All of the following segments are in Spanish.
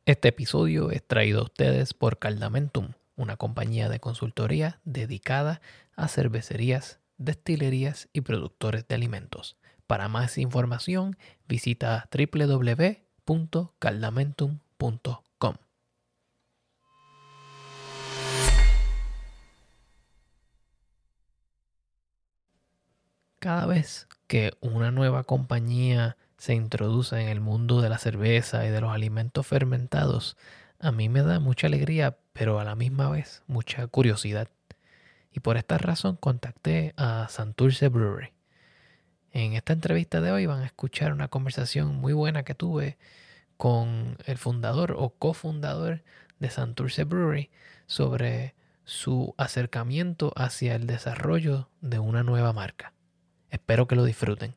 Este episodio es traído a ustedes por Caldamentum, una compañía de consultoría dedicada a cervecerías, destilerías y productores de alimentos. Para más información, visita www.caldamentum.com. Cada vez que una nueva compañía se introduce en el mundo de la cerveza y de los alimentos fermentados, a mí me da mucha alegría, pero a la misma vez mucha curiosidad. Y por esta razón contacté a Santurce Brewery. En esta entrevista de hoy van a escuchar una conversación muy buena que tuve con el fundador o cofundador de Santurce Brewery sobre su acercamiento hacia el desarrollo de una nueva marca. Espero que lo disfruten.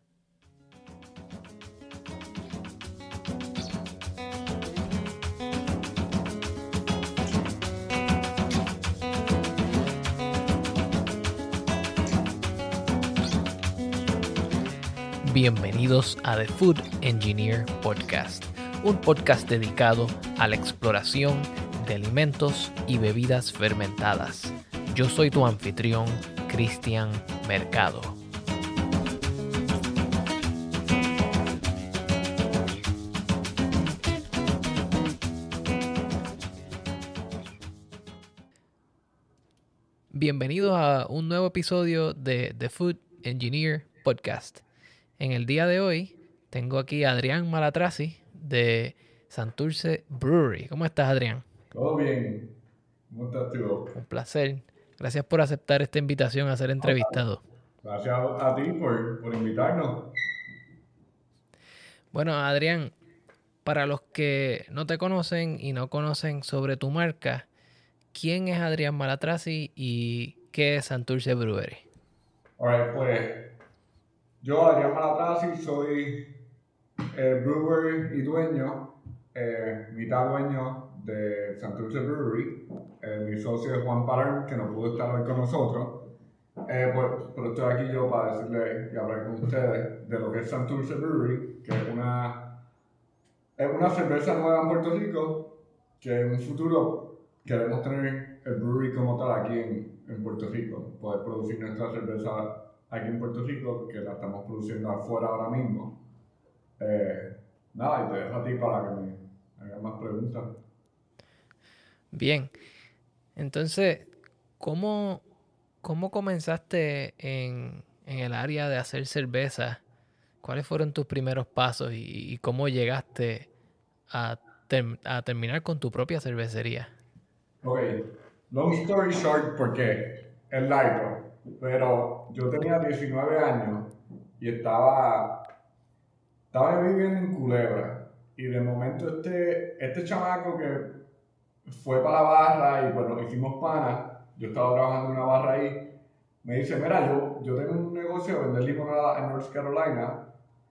Bienvenidos a The Food Engineer Podcast, un podcast dedicado a la exploración de alimentos y bebidas fermentadas. Yo soy tu anfitrión, Cristian Mercado. Bienvenidos a un nuevo episodio de The Food Engineer Podcast. En el día de hoy tengo aquí a Adrián Malatrasi de Santurce Brewery. ¿Cómo estás, Adrián? Todo bien. ¿Cómo estás tú? Un placer. Gracias por aceptar esta invitación a ser entrevistado. Gracias a ti por invitarnos. Bueno, Adrián, para los que no te conocen y no conocen sobre tu marca, ¿quién es Adrián Malatrasi y qué es Santurce Brewery? Alright, pues yo, Adrián Malatrasi, soy brewer y dueño, mitad dueño de Santurce Brewery. Mi socio es Juan Parán, que no pudo estar hoy con nosotros. Pero estoy aquí yo para decirle y hablar con ustedes de lo que es Santurce Brewery, que es una cerveza nueva en Puerto Rico, que en un futuro queremos tener el brewery como tal aquí en Puerto Rico, poder producir nuestra cerveza aquí en Puerto Rico, que la estamos produciendo afuera ahora mismo. Nada, y te dejo a ti para que me hagas más preguntas. Bien, entonces, ¿cómo comenzaste en el área de hacer cerveza? ¿Cuáles fueron tus primeros pasos y cómo llegaste a terminar con tu propia cervecería? Ok, long story short, porque es largo, pero yo tenía 19 años y estaba viviendo en Culebra, y de momento este chamaco que fue para la barra y bueno, hicimos pana, yo estaba trabajando en una barra ahí, me dice, mira, yo tengo un negocio de vender limonada en North Carolina,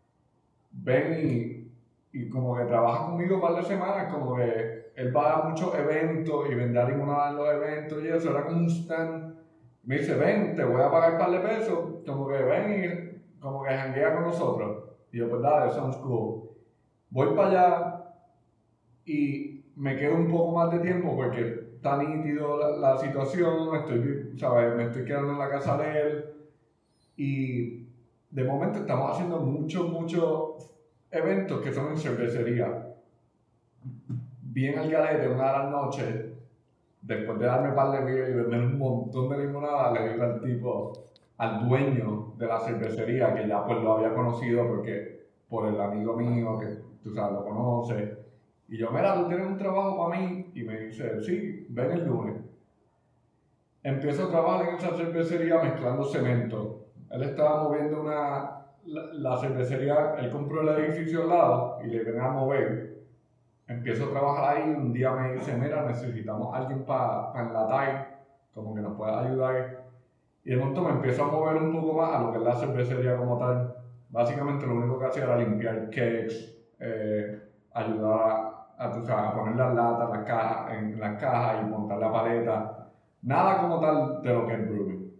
ven y como que trabaja conmigo un par de semanas, como que él va a muchos eventos y vende limonada en los eventos y eso, era como un stand. Me dice, ven, te voy a pagar un par de pesos, como que ven y como que janguea con nosotros. Y yo, pues dale, sounds cool. Voy para allá y me quedo un poco más de tiempo porque está nítido la situación, ¿sabes? Me estoy quedando en la casa de él y de momento estamos haciendo muchos eventos que son en cervecería. Bien al garete, una de las noches, después de darme par de beer y vender un montón de limonada, le digo al tipo, al dueño de la cervecería, que ya pues lo había conocido por el amigo mío, que tú sabes, lo conoce. Y yo, mira, tú tienes un trabajo para mí. Y me dice, sí, ven el lunes. Empiezo a trabajar en esa cervecería mezclando cemento. Él estaba moviendo la cervecería, él compró el edificio al lado y le venía a mover. Empiezo a trabajar ahí, un día me dice, mira, necesitamos a alguien para enlatar, como que nos pueda ayudar. Y de momento me empiezo a mover un poco más a lo que es la cervecería como tal. Básicamente lo único que hacía era limpiar kegs, ayudar a poner las latas en las cajas y montar la paleta. Nada como tal de lo que es brewing.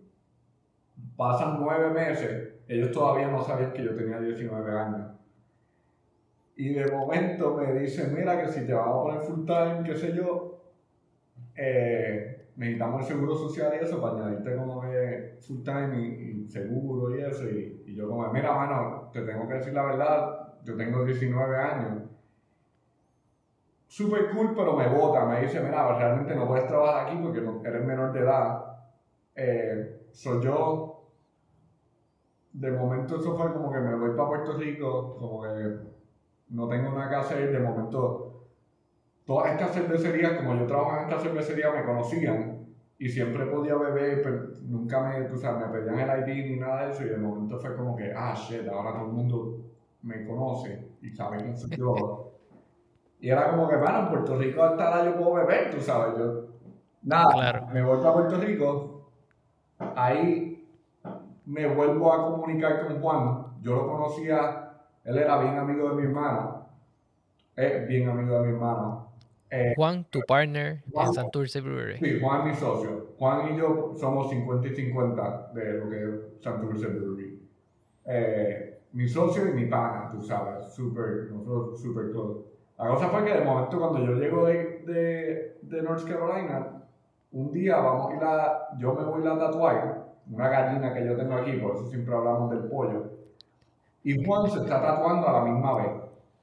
Pasan 9 meses, ellos todavía no sabían que yo tenía 19 años. Y de momento me dice, mira que si te vamos a poner full time, qué sé yo, necesitamos el seguro social y eso para añadirte como que full time y seguro y eso. Y yo como, mira, mano, te tengo que decir la verdad, yo tengo 19 años. Súper cool, pero me bota, me dice, mira, realmente no puedes trabajar aquí porque no, eres menor de edad. Soy yo, de momento eso fue como que me voy para Puerto Rico, como que no tengo nada que hacer, de momento todas estas cervecerías, como yo trabajaba en esta cervecería, me conocían y siempre podía beber, pero nunca me, tú sabes, me pedían el ID ni nada de eso y de momento fue como que, shit, ahora todo el mundo me conoce y sabe quién soy yo. Y era como que, bueno, en Puerto Rico hasta ahora yo puedo beber, tú sabes, yo, Claro. nada, me voy para Puerto Rico, ahí me vuelvo a comunicar con Juan, yo lo conocía, él era bien amigo de mi hermano, es bien amigo de mi hermano. Eh, Juan, tu partner en Juan, Santurce Brewery. sí, Juan es mi socio. Juan y yo somos 50 y 50 de lo que es Santurce Brewery. Mi socio y mi pana, tú sabes, nosotros super close. La cosa fue que de momento cuando yo llego de North Carolina, un día yo me voy a tatuar, una gallina que yo tengo aquí, por eso siempre hablamos del pollo, y Juan se está tatuando a la misma vez.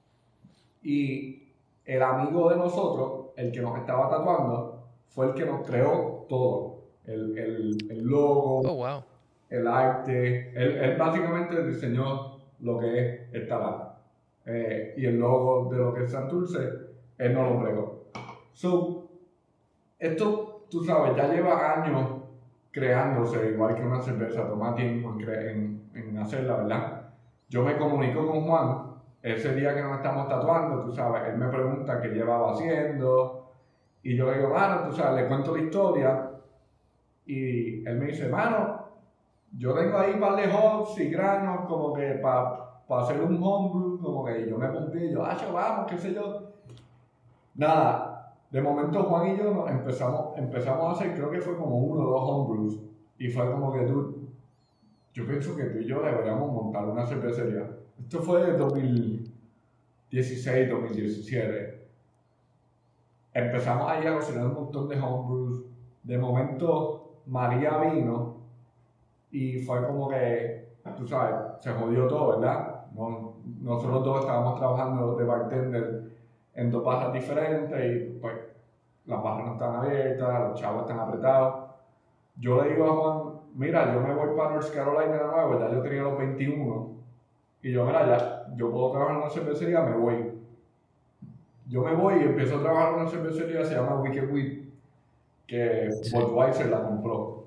Y el amigo de nosotros, el que nos estaba tatuando, fue el que nos creó todo. El logo, Oh, wow. el arte. Él básicamente diseñó lo que es esta lata. Y el logo de lo que es Santurce, él no lo creó. So, esto, tú sabes, ya lleva años creándose, igual que una cerveza, toma tiempo en hacerla, ¿verdad? Yo me comunico con Juan, ese día que nos estamos tatuando, tú sabes, él me pregunta qué llevaba haciendo, y yo le digo, mano, tú sabes, le cuento la historia, y él me dice, mano, yo tengo ahí un par de hops y granos, como que para hacer un homebrew, como que yo me pompié, y yo, vamos, qué sé yo. Nada, de momento Juan y yo empezamos a hacer, creo que fue como uno o dos homebrews, y fue como que tú, yo pienso que tú y yo deberíamos montar una cervecería. Esto fue de 2016, 2017. Empezamos ahí a cocinar un montón de homebrews. De momento María vino y fue como que, tú sabes, se jodió todo, ¿verdad? Nosotros dos estábamos trabajando de bartender en dos barras diferentes y pues las barras no están abiertas, los chavos están apretados. Yo le digo a Juan, mira, yo me voy para North Carolina de nuevo, ya yo tenía los 21 y yo, mira, ya, yo puedo trabajar en una cervecería, me voy. Yo me voy y empiezo a trabajar en una cervecería, se llama Wicked Wheat, que Sí. Budweiser la compró.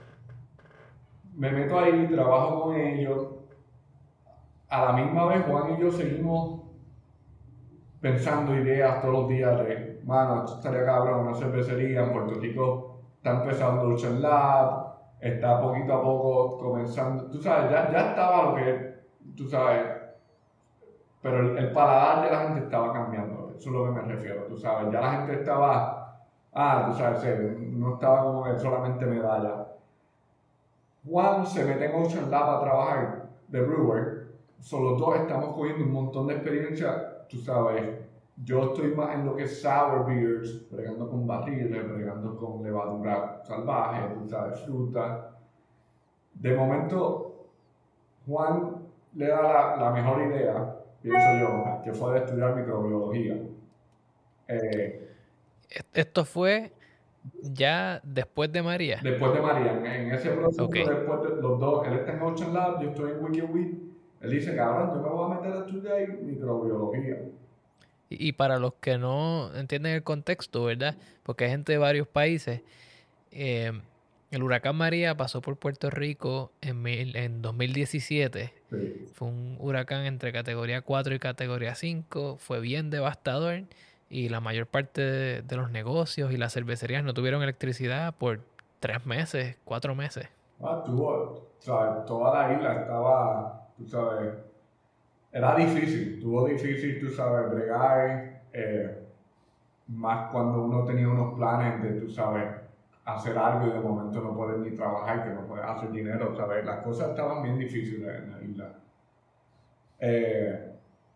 Me meto ahí, trabajo con ellos. A la misma vez, Juan y yo seguimos pensando ideas todos los días de, mano, esto estaría cabrón, una cervecería en Puerto Rico está empezando Ocean Lab, está poquito a poco comenzando, tú sabes, ya estaba lo que, tú sabes, pero el paladar de la gente estaba cambiando, eso es lo que me refiero, tú sabes, ya la gente estaba, tú sabes, no estaba como que solamente medalla. Juan se mete en Ocean Lab a trabajar de brewer, solo dos estamos cogiendo un montón de experiencia, tú sabes, yo estoy más en lo que es sour beers, bregando con barriles, bregando con levadura salvaje, tú sabes, fruta. De momento, Juan le da la mejor idea, pienso yo, que fue de estudiar microbiología. Eh, Esto fue ya después de María. Después de María, en ese proceso, Ok. después de los dos, él está en Ocean Lab, yo estoy en WikiWeek, él dice, cabrón, yo me voy a meter a estudiar microbiología. Y para los que no entienden el contexto, ¿verdad? Porque hay gente de varios países. eh, el huracán María pasó por Puerto Rico en 2017. Sí. Fue un huracán entre categoría 4 y categoría 5. Fue bien devastador y la mayor parte de los negocios y las cervecerías no tuvieron electricidad por 3 meses, 4 meses. ¿Sabes? Toda la isla estaba, tú sabes, era difícil, tuvo difícil, tú sabes, bregar, más cuando uno tenía unos planes de, tú sabes, hacer algo y de momento no puedes ni trabajar, que no puedes hacer dinero, ¿sabes? Las cosas estaban bien difíciles en la isla. Eh,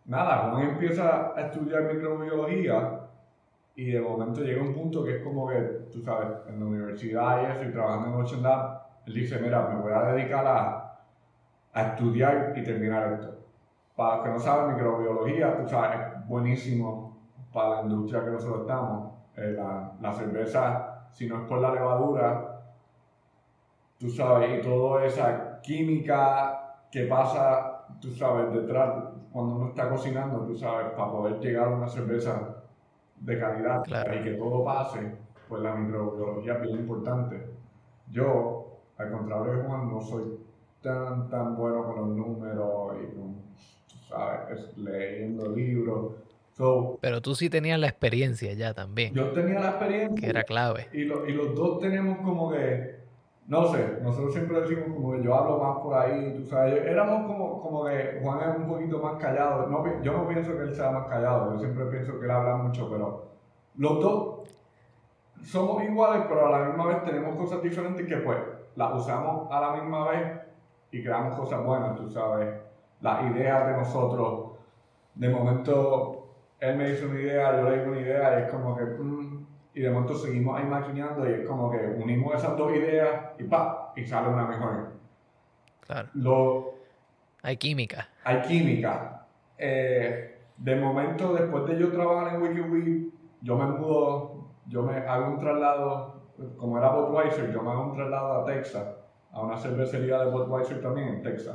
nada, Juan empieza a estudiar microbiología y de momento llega un punto que es como que, tú sabes, en la universidad y eso, y trabajando en Ocean Lab, él dice, mira, me voy a dedicar a estudiar y terminar esto. Para los que no saben, microbiología, tú sabes, es buenísimo para la industria que nosotros estamos. La cerveza, si no es por la levadura, tú sabes, y toda esa química que pasa, tú sabes, detrás, cuando uno está cocinando, tú sabes, para poder llegar a una cerveza de calidad Claro. y que todo pase, pues la microbiología es bien importante. Yo, al contrario de Juan, no soy tan bueno con los números y con, tú sabes, leyendo libros. So, Pero tú sí tenías la experiencia ya también, yo tenía la que experiencia era clave. y los dos tenemos como que, no sé, nosotros siempre decimos como que yo hablo más por ahí, tú sabes, éramos como que Juan es un poquito más callado, no, yo no pienso que él sea más callado, yo siempre pienso que él habla mucho, pero los dos somos iguales, pero a la misma vez tenemos cosas diferentes que pues las usamos a la misma vez y creamos cosas buenas, tú sabes, las ideas de nosotros, de momento él me hizo una idea, yo le digo una idea y es como que y de momento seguimos ahí maquinando y es como que unimos esas dos ideas y pa, y sale una mejor. Claro. Lo, Hay química. hay química. De momento, después de yo trabajar en WikiWi, yo me mudo, yo me hago un traslado, como era Budweiser, yo me hago un traslado a Texas, a una cervecería de Budweiser también en Texas.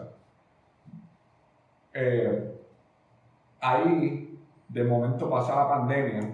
Eh, Ahí, de momento pasa la pandemia.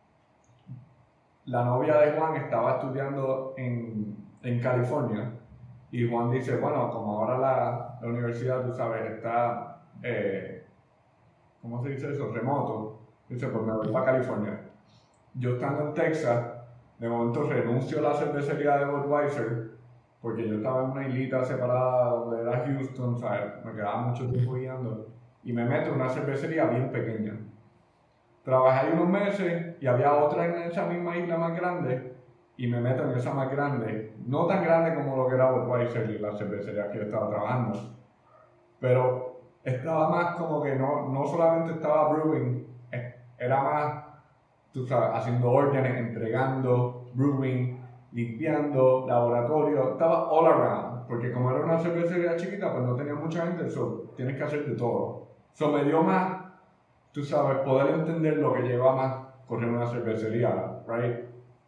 La novia de Juan estaba estudiando en California y Juan dice, bueno, como ahora la universidad, tú sabes, está, ¿cómo se dice eso? Remoto. Dice, pues me voy para California. Yo estando en Texas, de momento renuncio a la cervecería de Budweiser porque yo estaba en una islita separada donde era Houston, ¿sabes? Me quedaba mucho tiempo guiando y me meto en una cervecería bien pequeña. Trabajé ahí unos meses y había otra en esa misma isla más grande y me meto en esa más grande. No tan grande como lo que era Budweiser y la cervecería que yo estaba trabajando, pero estaba más como que no solamente estaba brewing, era más, tú sabes, haciendo órdenes, entregando, brewing, limpiando, laboratorio, estaba all around, porque como era una cervecería chiquita, pues no tenía mucha gente, so tienes que hacer de todo. So me dio más, tú sabes, poder entender lo que lleva más correr una cervecería, right?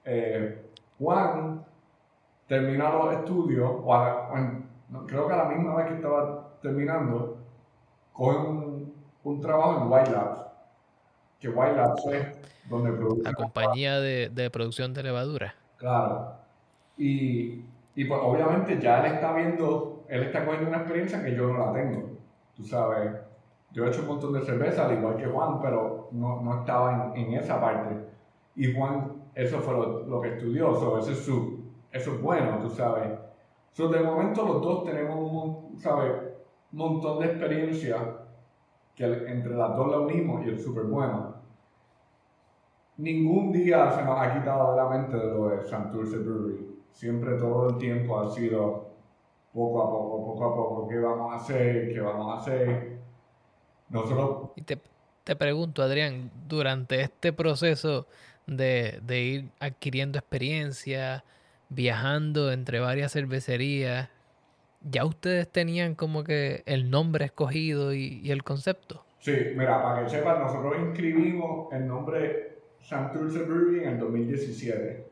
Juan termina los estudios, creo que a la misma vez que estaba terminando, coge un trabajo en White Labs, que White Labs es donde La producen, compañía de producción de levadura. claro. Y pues obviamente ya él está viendo, él está cogiendo una experiencia que yo no la tengo. Tú sabes, yo he hecho un montón de cerveza, al igual que Juan, pero no estaba en esa parte. Y Juan, eso fue lo que estudió, eso es bueno, tú sabes. So, de momento los dos tenemos, ¿sabes? Un montón de experiencia que entre las dos la unimos y es súper bueno. Ningún día se nos ha quitado de la mente de lo de Santurce Brewery. Siempre todo el tiempo ha sido poco a poco, ¿qué vamos a hacer? ¿Qué vamos a hacer? Nosotros, Y te pregunto, Adrián, durante este proceso de ir adquiriendo experiencia, viajando entre varias cervecerías, ¿ya ustedes tenían como que el nombre escogido y el concepto? sí, mira, para que sepas, nosotros inscribimos el nombre Santurce Brewery en el 2017.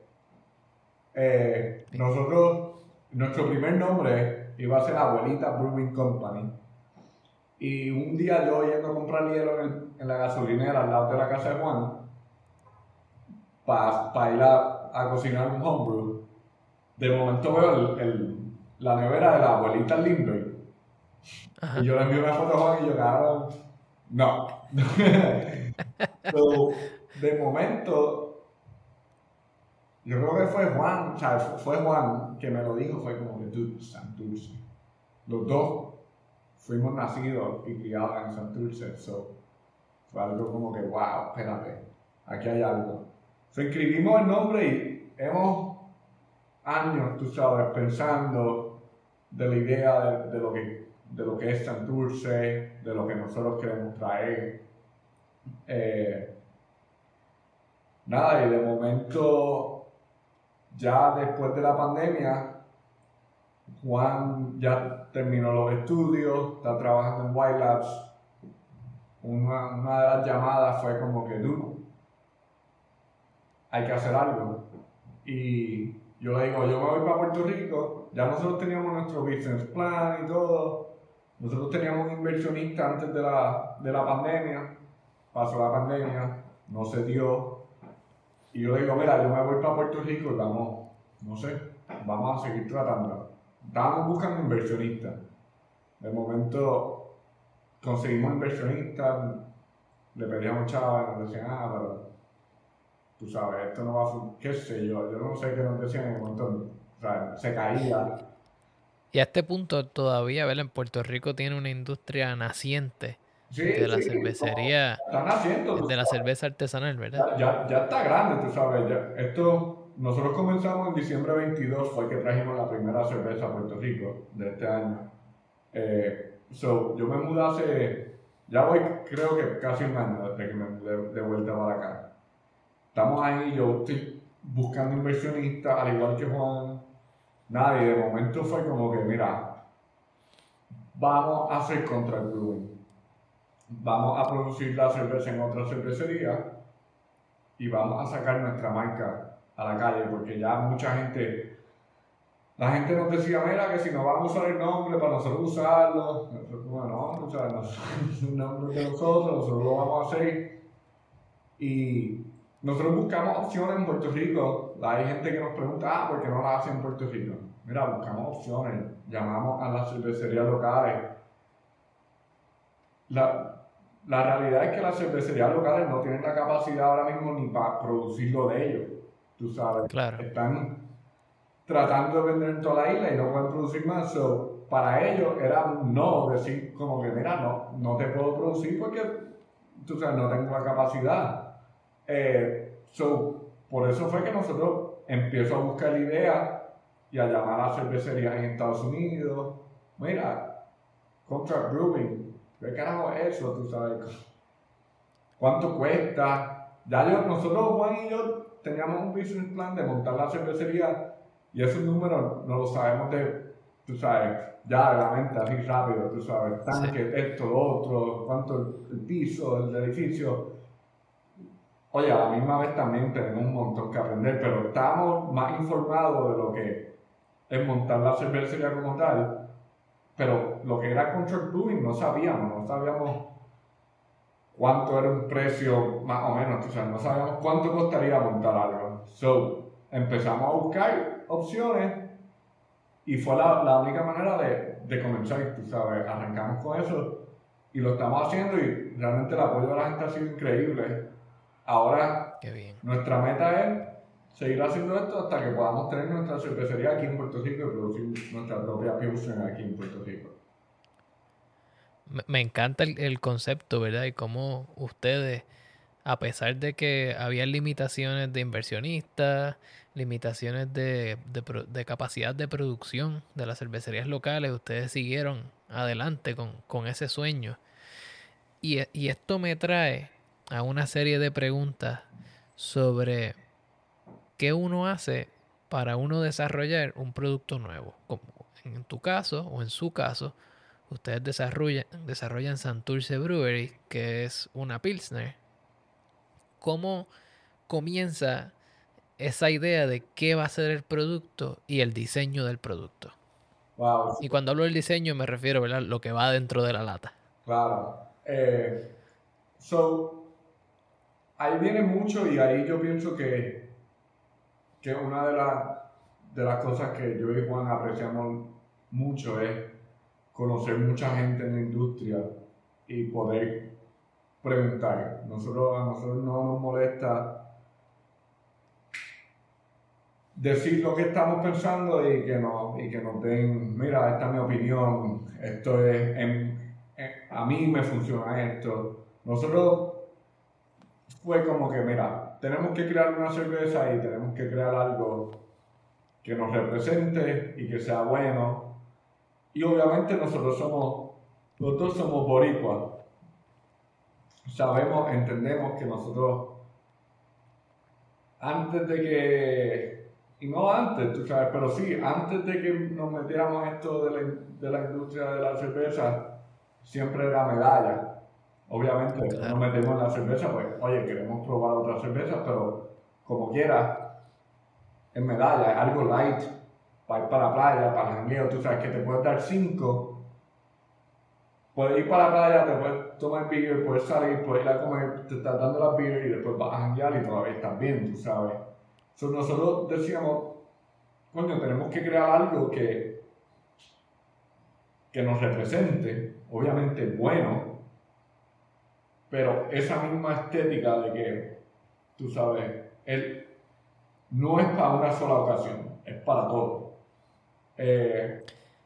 Nosotros, nuestro primer nombre iba a ser Abuelita Brewing Company. Y un día yo yendo a comprar hielo en la gasolinera al lado de la casa de Juan, para ir a cocinar un homebrew, de momento veo la nevera de la abuelita Lindbergh. Y Ajá. yo le envío una foto a Juan y yo, cabrón, no. So, de momento, yo creo que fue Juan, o sea, fue Juan que me lo dijo, fue como que, dude, Santurce. Los dos fuimos nacidos y criados en Santurce, so, fue algo como que, wow, espérate, aquí hay algo. So, inscribimos el nombre y hemos años, tú sabes, pensando de la idea de lo que es Santurce, de lo que nosotros queremos traer. Eh, Nada, y de momento, ya después de la pandemia, Juan ya terminó los estudios, está trabajando en White Labs. Una de las llamadas fue como que tú, hay que hacer algo. Y yo le digo, yo me voy para Puerto Rico, ya nosotros teníamos nuestro business plan y todo. Nosotros teníamos un inversionista antes de la pandemia, pasó la pandemia, no se dio. Y yo le digo, mira, yo me voy para Puerto Rico y vamos, no sé, vamos a seguir tratando. Estábamos buscando inversionistas. De momento conseguimos inversionistas, le pedíamos chavos, nos decían, pero tú sabes, esto no va a funcionar, qué sé yo no sé qué nos decían en el momento, o sea, se caía. Y a este punto todavía, ¿verdad? En Puerto Rico tiene una industria naciente Sí, de la sí, como cervecería, están haciendo, tú de la sabes, cerveza artesanal, ¿verdad? ya está grande, tú sabes, nosotros comenzamos en diciembre 22, fue que trajimos la primera cerveza a Puerto Rico de este año. Yo me mudé ya voy creo que casi un año desde que me mudé de vuelta para acá. Estamos ahí, yo estoy buscando inversionistas, al igual que Juan. Nada, y de momento fue como que, mira, vamos a hacer contract brewing. Vamos a producir la cerveza en otra cervecería y vamos a sacar nuestra marca a la calle, porque ya la gente nos decía, mira, que si no vamos a usar el nombre para nosotros usarlo, nosotros, bueno, no, o sea, el nombre de nosotros lo vamos a hacer. Y nosotros buscamos opciones en Puerto Rico. Hay gente que nos pregunta, ¿por qué no la hacen en Puerto Rico? Mira, buscamos opciones, llamamos a las cervecerías locales. La realidad es que las cervecerías locales no tienen la capacidad ahora mismo ni para producirlo de ellos. Tú sabes, Claro. están tratando de vender en toda la isla y no pueden producir más. Para ellos era un no, decir como que, mira, no te puedo producir porque tú sabes, no tengo la capacidad. Por eso fue que nosotros empiezo a buscar ideas y a llamar a cervecerías en Estados Unidos. Mira, contract brewing, ¿qué carajo es eso? Tú sabes, ¿cuánto cuesta? Nosotros, Juan y yo, teníamos un business plan de montar la cervecería y esos números no los sabemos tú sabes, ya de la mente, así rápido, tú sabes, tanque, sí, esto, lo otro, cuánto el piso, el edificio. Oye, a la misma vez también tenemos un montón que aprender, pero estamos más informados de lo que es montar la cervecería como tal, pero lo que era contract brewing no sabíamos cuánto era un precio más o menos, o sea, no sabíamos cuánto costaría montar algo. Empezamos a buscar opciones y fue la única manera de comenzar, tú sabes, arrancamos con eso y lo estamos haciendo y realmente el apoyo de la gente ha sido increíble. Ahora, Qué bien. Nuestra meta es seguir haciendo esto hasta que podamos tener nuestra cervecería aquí en Puerto Rico y producir nuestra propia Pilsen aquí en Puerto Rico. Me encanta el concepto, ¿verdad? Y cómo ustedes, a pesar de que había limitaciones de inversionistas, limitaciones de capacidad de producción de las cervecerías locales, ustedes siguieron adelante con ese sueño. Y esto me trae a una serie de preguntas sobre qué uno hace para uno desarrollar un producto nuevo. Como en tu caso o en su caso, ustedes desarrollan Santurce Brewery, que es una Pilsner. ¿Cómo comienza esa idea de qué va a ser el producto y el diseño del producto? Wow. Y cuando hablo del diseño me refiero, ¿verdad?, lo que va dentro de la lata. Claro. Ahí viene mucho y ahí yo pienso que una de las cosas que yo y Juan apreciamos mucho es conocer mucha gente en la industria y poder preguntar. A nosotros no nos molesta decir lo que estamos pensando y que nos den, mira, esta es mi opinión, a mí me funciona esto. Nosotros fue como que, mira, tenemos que crear una cerveza y tenemos que crear algo que nos represente y que sea bueno. Y obviamente los dos somos boricuas. sabemos, entendemos que nosotros, antes de que, y no antes, tú sabes, pero sí, antes de que nos metiéramos en esto de la industria de la cerveza, siempre era medalla. Obviamente, nos Claro, metemos en la cerveza, pues, oye, queremos probar otras cervezas, pero como quiera, es medalla, es algo light, para ir para la playa, para el jangueo, tú sabes que te puedes dar 5, puedes ir para la playa, te puedes tomar beer, puedes salir, puedes ir a comer, te estás dando la beer y después vas a janguear y todavía estás bien, tú sabes. So, nosotros decíamos, coño, tenemos que crear algo que nos represente, obviamente bueno, pero esa misma estética de que, tú sabes, él no es para una sola ocasión, es para todo. Eh,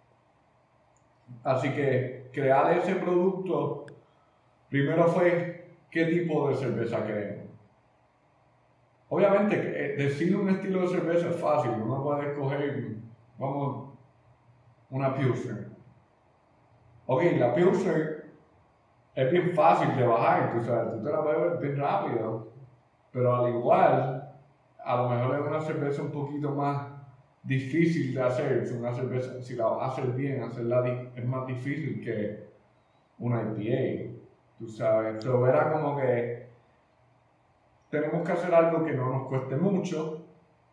Así que crear ese producto, primero fue qué tipo de cerveza queremos. Obviamente, decir un estilo de cerveza es fácil, uno puede escoger, vamos, una Pilsner. Ok, la Pilsner es bien fácil de bajar, tú sabes, tú te la bebes bien rápido, pero al igual, a lo mejor es una cerveza un poquito más difícil de hacer, es una cerveza, si la vas a hacer bien, es más difícil que una IPA, tú sabes, pero era como que tenemos que hacer algo que no nos cueste mucho,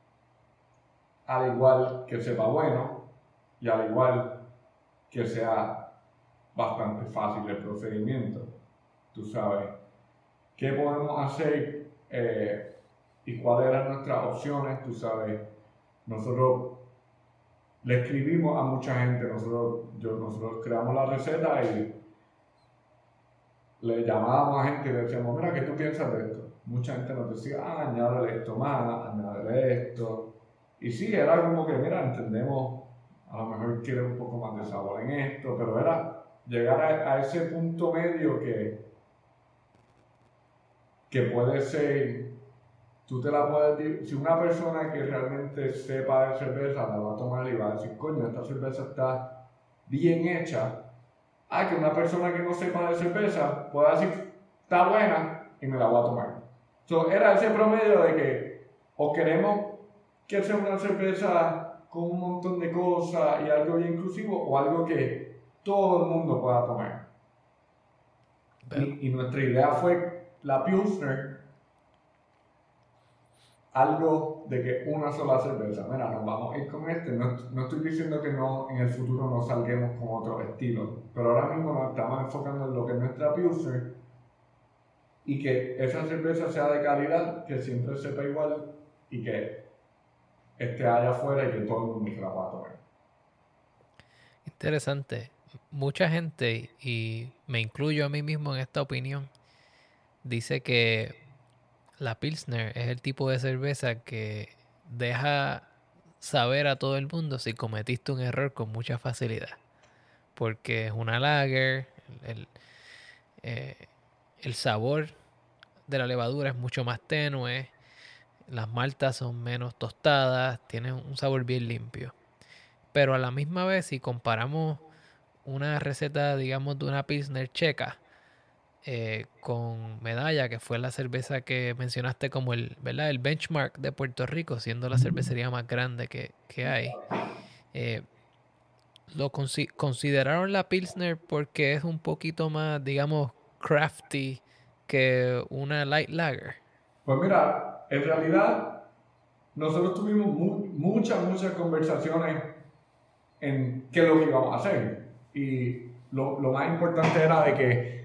al igual que sepa bueno, y al igual que sea bastante fácil el procedimiento, tú sabes, qué podemos hacer y cuáles eran nuestras opciones, tú sabes, nosotros le escribimos a mucha gente, nosotros creamos la receta y le llamábamos a gente y le decíamos, mira, ¿qué tú piensas de esto? Mucha gente nos decía, añádele esto más, añádele esto. Y sí, era como que, mira, entendemos, a lo mejor quiere un poco más de sabor en esto, pero era llegar a ese punto medio que puede ser, tú te la puedes decir, si una persona que realmente sepa de cerveza la va a tomar y va a decir, coño, esta cerveza está bien hecha, que una persona que no sepa de cerveza pueda decir, está buena y me la voy a tomar. So, era ese promedio de que o queremos que sea una cerveza con un montón de cosas y algo bien inclusivo o algo que todo el mundo pueda tomar. veo. Y nuestra idea fue la Pilsner, algo de que una sola cerveza, mira, nos vamos a ir con este, no estoy diciendo que no en el futuro no salguemos con otro estilo, pero ahora mismo nos estamos enfocando en lo que es nuestra Pilsner y que esa cerveza sea de calidad, que siempre sepa igual y que esté allá afuera y que todo el mundo se la pueda tomar. Interesante. Mucha gente, y me incluyo a mí mismo en esta opinión, dice que la Pilsner es el tipo de cerveza que deja saber a todo el mundo si cometiste un error con mucha facilidad. Porque es una lager, el, eh, el sabor de la levadura es mucho más tenue, las maltas son menos tostadas, tienen un sabor bien limpio. Pero a la misma vez, si comparamos una receta, digamos, de una Pilsner checa con Medalla, que fue la cerveza que mencionaste como el, ¿verdad? El benchmark de Puerto Rico, siendo la cervecería más grande que hay. Eh, consideraron la Pilsner porque es un poquito más, digamos, crafty que una light lager. Pues mira, en realidad nosotros tuvimos muchas conversaciones en qué es lo que íbamos a hacer. Y lo más importante era de que,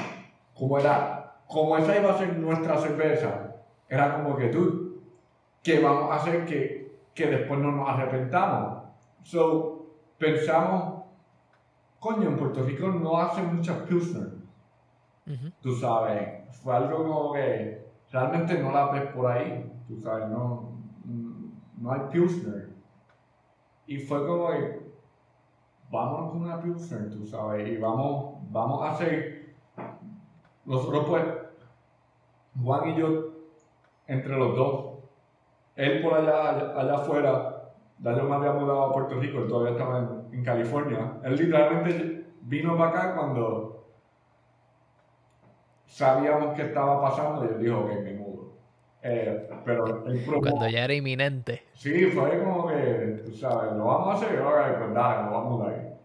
como esa iba a ser nuestra cerveza, era como que tú, ¿qué vamos a hacer que después no nos arrepentamos? So, pensamos, coño, en Puerto Rico no hacen muchas Pilsner, Ujú. tú sabes. Fue algo como que realmente no la ves por ahí, tú sabes, no hay Pilsner. Y fue como que, vámonos con una Pilsner, tú sabes, y vamos a hacer, nosotros pues, Juan y yo, entre los dos, él por allá afuera, ya yo me había mudado a Puerto Rico, él todavía estaba en California, él literalmente vino para acá cuando sabíamos que estaba pasando y él dijo, ok, me mudo. Pero él Cuando probó. ya era inminente. Sí, fue como que, tú sabes, lo vamos a hacer, ahora pues dale, lo vamos a mudar.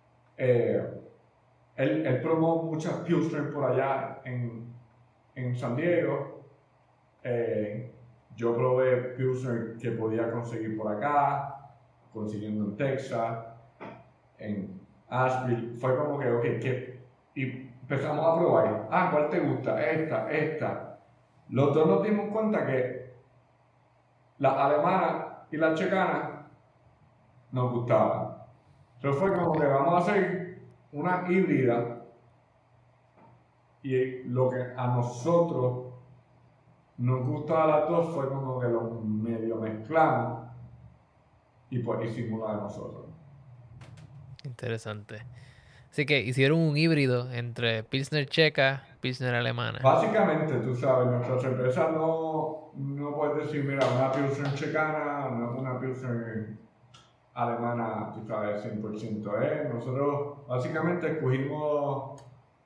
Él probó muchas Pilsner por allá en San Diego. Yo probé Pilsner que podía conseguir por acá, consiguiendo en Texas, en Asheville. Fue como que, ok, y empezamos a probar. Ah, ¿cuál te gusta? Esta. Los dos nos dimos cuenta que las alemanas y las checanas nos gustaban. Entonces fue como que vamos a hacer una híbrida y lo que a nosotros nos gustaba a las dos fue como que lo medio mezclamos y pues hicimos la de nosotros. Interesante. Así que hicieron un híbrido entre Pilsner checa, Pilsner alemana. Básicamente, tú sabes, nuestra cerveza no puedes decir, mira, una Pilsner checana, una Pilsner alemana, tú sabes, 100%. Nosotros básicamente escogimos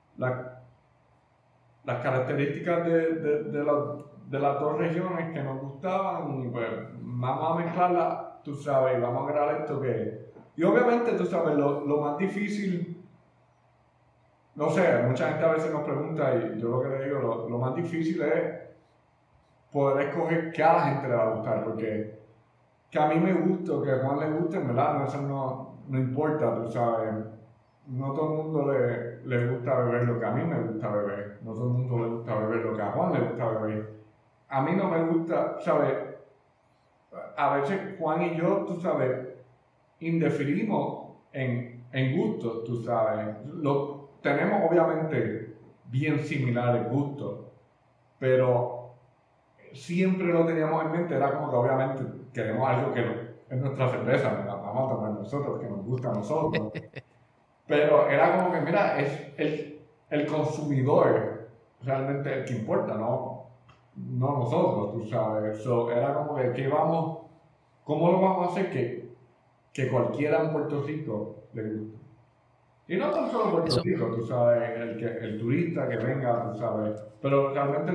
las características de las dos regiones que nos gustaban y pues vamos a mezclarlas, tú sabes, y vamos a crear esto que... Y obviamente, tú sabes, lo más difícil, no sé, mucha gente a veces nos pregunta y yo lo que le digo, lo más difícil es poder escoger qué a la gente le va a gustar, porque que a mí me guste o que a Juan le guste, en verdad, eso no importa, tú sabes. No todo el mundo le gusta beber lo que a mí me gusta beber. No todo el mundo le gusta beber lo que a Juan le gusta beber. A mí no me gusta, ¿sabes? A veces Juan y yo, tú sabes, indefinimos en gustos, tú sabes. Tenemos obviamente bien similares gustos, pero siempre lo teníamos en mente, era como que obviamente queremos algo que es nuestra cerveza, nos la vamos a tomar nosotros, que nos gusta a nosotros. Pero era como que, mira, es el consumidor realmente el que importa, no nosotros, tú sabes. Era como que, ¿cómo lo vamos a hacer que cualquiera en Puerto Rico le guste? Y no tan solo Puerto Eso, Rico, tú sabes, el turista que venga, tú sabes. Pero realmente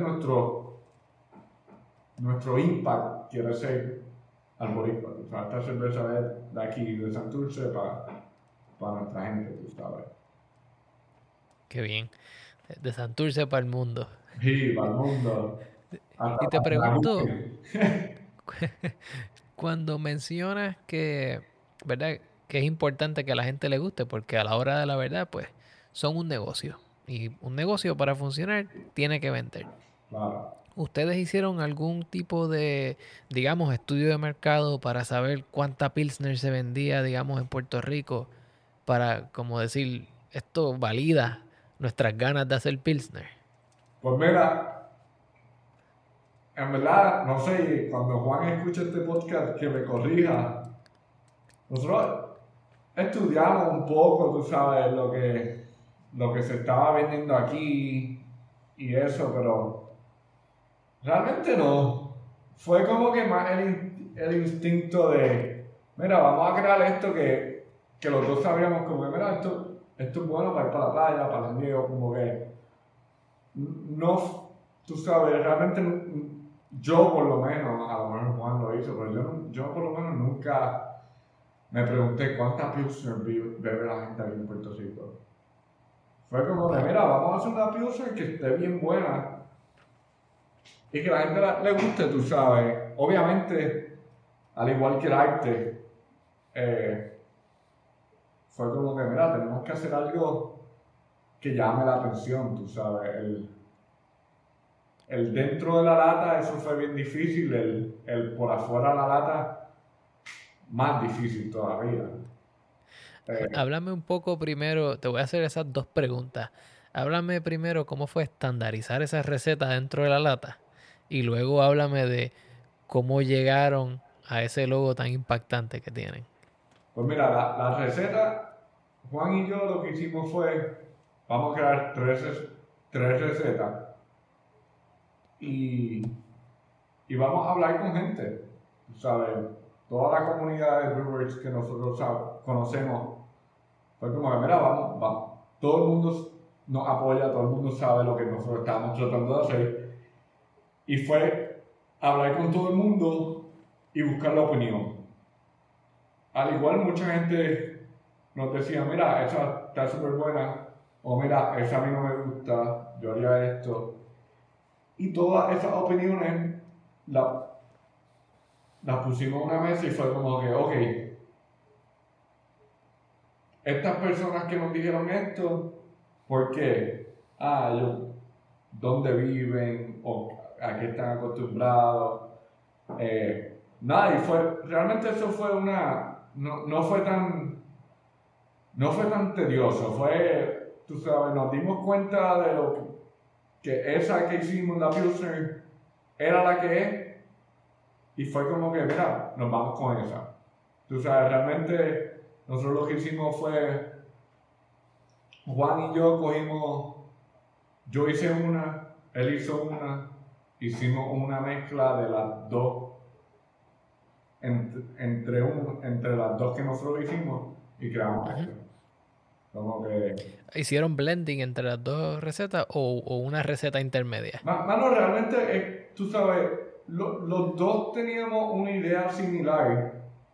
nuestro impact quiere ser al boricua, tú sabes. Esta cerveza es de aquí, de Santurce, para nuestra gente, tú sabes. qué bien. De Santurce para el mundo. Sí, para el mundo. Hasta Y te la pregunto, Google. cuando mencionas que, ¿verdad? Que es importante que a la gente le guste, porque a la hora de la verdad, pues, son un negocio. Y un negocio para funcionar tiene que vender. Claro. ¿Ustedes hicieron algún tipo de, digamos, estudio de mercado para saber cuánta Pilsner se vendía, digamos, en Puerto Rico? Para, como decir, esto valida nuestras ganas de hacer Pilsner. Pues mira, en verdad, no sé, cuando Juan escuche este podcast, que me corrija. Nosotros estudiamos un poco, tú sabes, lo que se estaba vendiendo aquí y eso, pero realmente no. Fue como que más el instinto de, mira, vamos a crear esto que los dos sabíamos como que, mira, esto es bueno para ir para la playa, para el río, como que no, tú sabes, realmente yo por lo menos, a lo mejor Juan lo hizo, pero yo por lo menos nunca me pregunté cuánta Pilsner bebe la gente aquí en Puerto Rico. Fue como de, Wow. mira, vamos a hacer una Pilsner que esté bien buena y que la gente le guste, tú sabes. Obviamente, al igual que el arte, eh, fue como que, mira, tenemos que hacer algo que llame la atención, tú sabes. El dentro de la lata, eso fue bien difícil, el por afuera de la lata, más difícil todavía. Háblame un poco primero, te voy a hacer esas dos preguntas. Háblame primero cómo fue estandarizar esa receta dentro de la lata y luego háblame de cómo llegaron a ese logo tan impactante que tienen. Pues mira, la receta, Juan y yo lo que hicimos fue, vamos a crear tres recetas y, y vamos a hablar con gente, tú sabes, toda la comunidad de brewers que nosotros conocemos, fue como, mira, vamos, todo el mundo nos apoya, todo el mundo sabe lo que nosotros estábamos tratando de hacer. Y fue hablar con todo el mundo y buscar la opinión. Al igual mucha gente nos decía, mira, esa está súper buena, o mira, esa a mí no me gusta, yo haría esto. Y todas esas opiniones las pusimos en una mesa y fue como que, ok, estas personas que nos dijeron esto, ¿por qué? Ellos, ¿dónde viven? ¿O a qué están acostumbrados? Nada, y realmente eso fue no fue tan tedioso, tú sabes, nos dimos cuenta de que esa que hicimos, la Pilsner, era la que es, y fue como que, mira, nos vamos con esa. Tú sabes, realmente nosotros lo que hicimos fue, Juan y yo hice una, él hizo una, hicimos una mezcla de las dos, entre las dos que nosotros hicimos y creamos esto. Como que... ¿Hicieron blending entre las dos recetas o una receta intermedia? Mano, realmente, tú sabes, los dos teníamos una idea similar.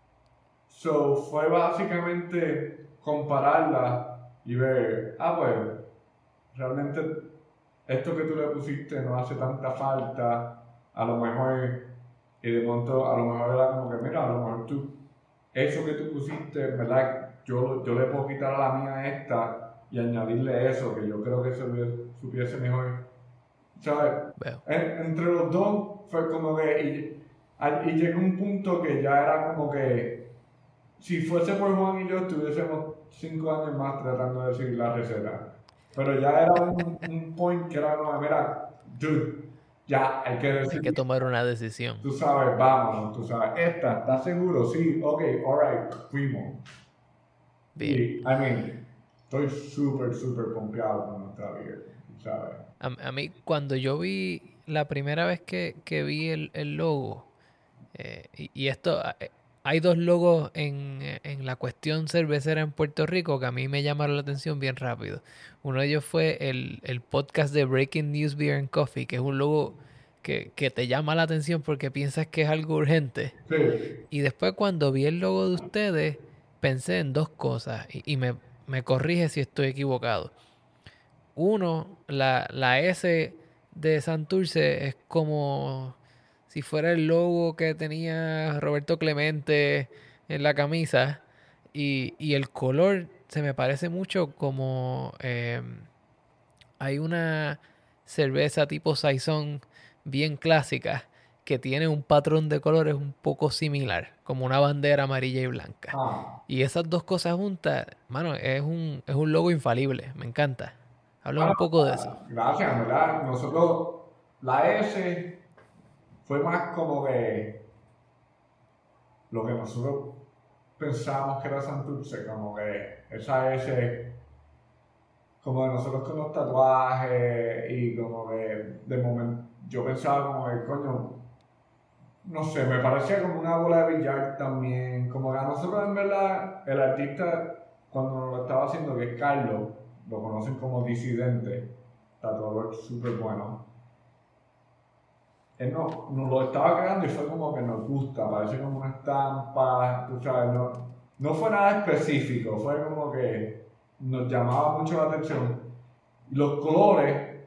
So, fue básicamente compararla y ver, pues, realmente esto que tú le pusiste no hace tanta falta, a lo mejor, y de pronto, a lo mejor era como que, mira, a lo mejor eso que tú pusiste, ¿verdad? Yo le puedo quitar a la mía esta y añadirle eso, que yo creo que supiese mejor. ¿Sabes? Entre los dos fue como que, y llegó un punto que ya era como que, si fuese por Juan y yo, estuviésemos 5 años más tratando de seguir la receta. Pero ya era un point que era como, mira, dude, ya hay que decir. Hay que tomar una decisión. Tú sabes, vámonos, tú sabes, ¿estás seguro? Sí, ok, alright, fuimos. Bien. Y, estoy súper pompeado con nuestra vida, ¿sabes? A mí, cuando yo vi la primera vez que vi el logo, y esto, hay dos logos en la cuestión cervecera en Puerto Rico que a mí me llamaron la atención bien rápido. Uno de ellos fue el podcast de Breaking News Beer and Coffee, que es un logo que te llama la atención porque piensas que es algo urgente. Sí. Y después cuando vi el logo de ustedes, pensé en dos cosas y me corrige si estoy equivocado. Uno, la S de Santurce es como si fuera el logo que tenía Roberto Clemente en la camisa. Y el color se me parece mucho como hay una cerveza tipo Saison bien clásica que tiene un patrón de colores un poco similar, como una bandera amarilla y blanca. Y esas dos cosas juntas, mano, es un logo infalible, me encanta. Habla un poco de eso. Gracias, ¿verdad? Nosotros, la S fue más como que lo que nosotros pensábamos que era Santurce, como que esa S, como de nosotros con los tatuajes y como que de momento yo pensaba como que, coño, no sé, me parecía como una bola de billar también, como que a nosotros en verdad, el artista cuando nos lo estaba haciendo, que es Carlos, lo conocen como Disidente, tatuador súper bueno. Él nos lo estaba creando y fue como que nos gusta, parece como una estampa, tú sabes, no fue nada específico, fue como que nos llamaba mucho la atención. Los colores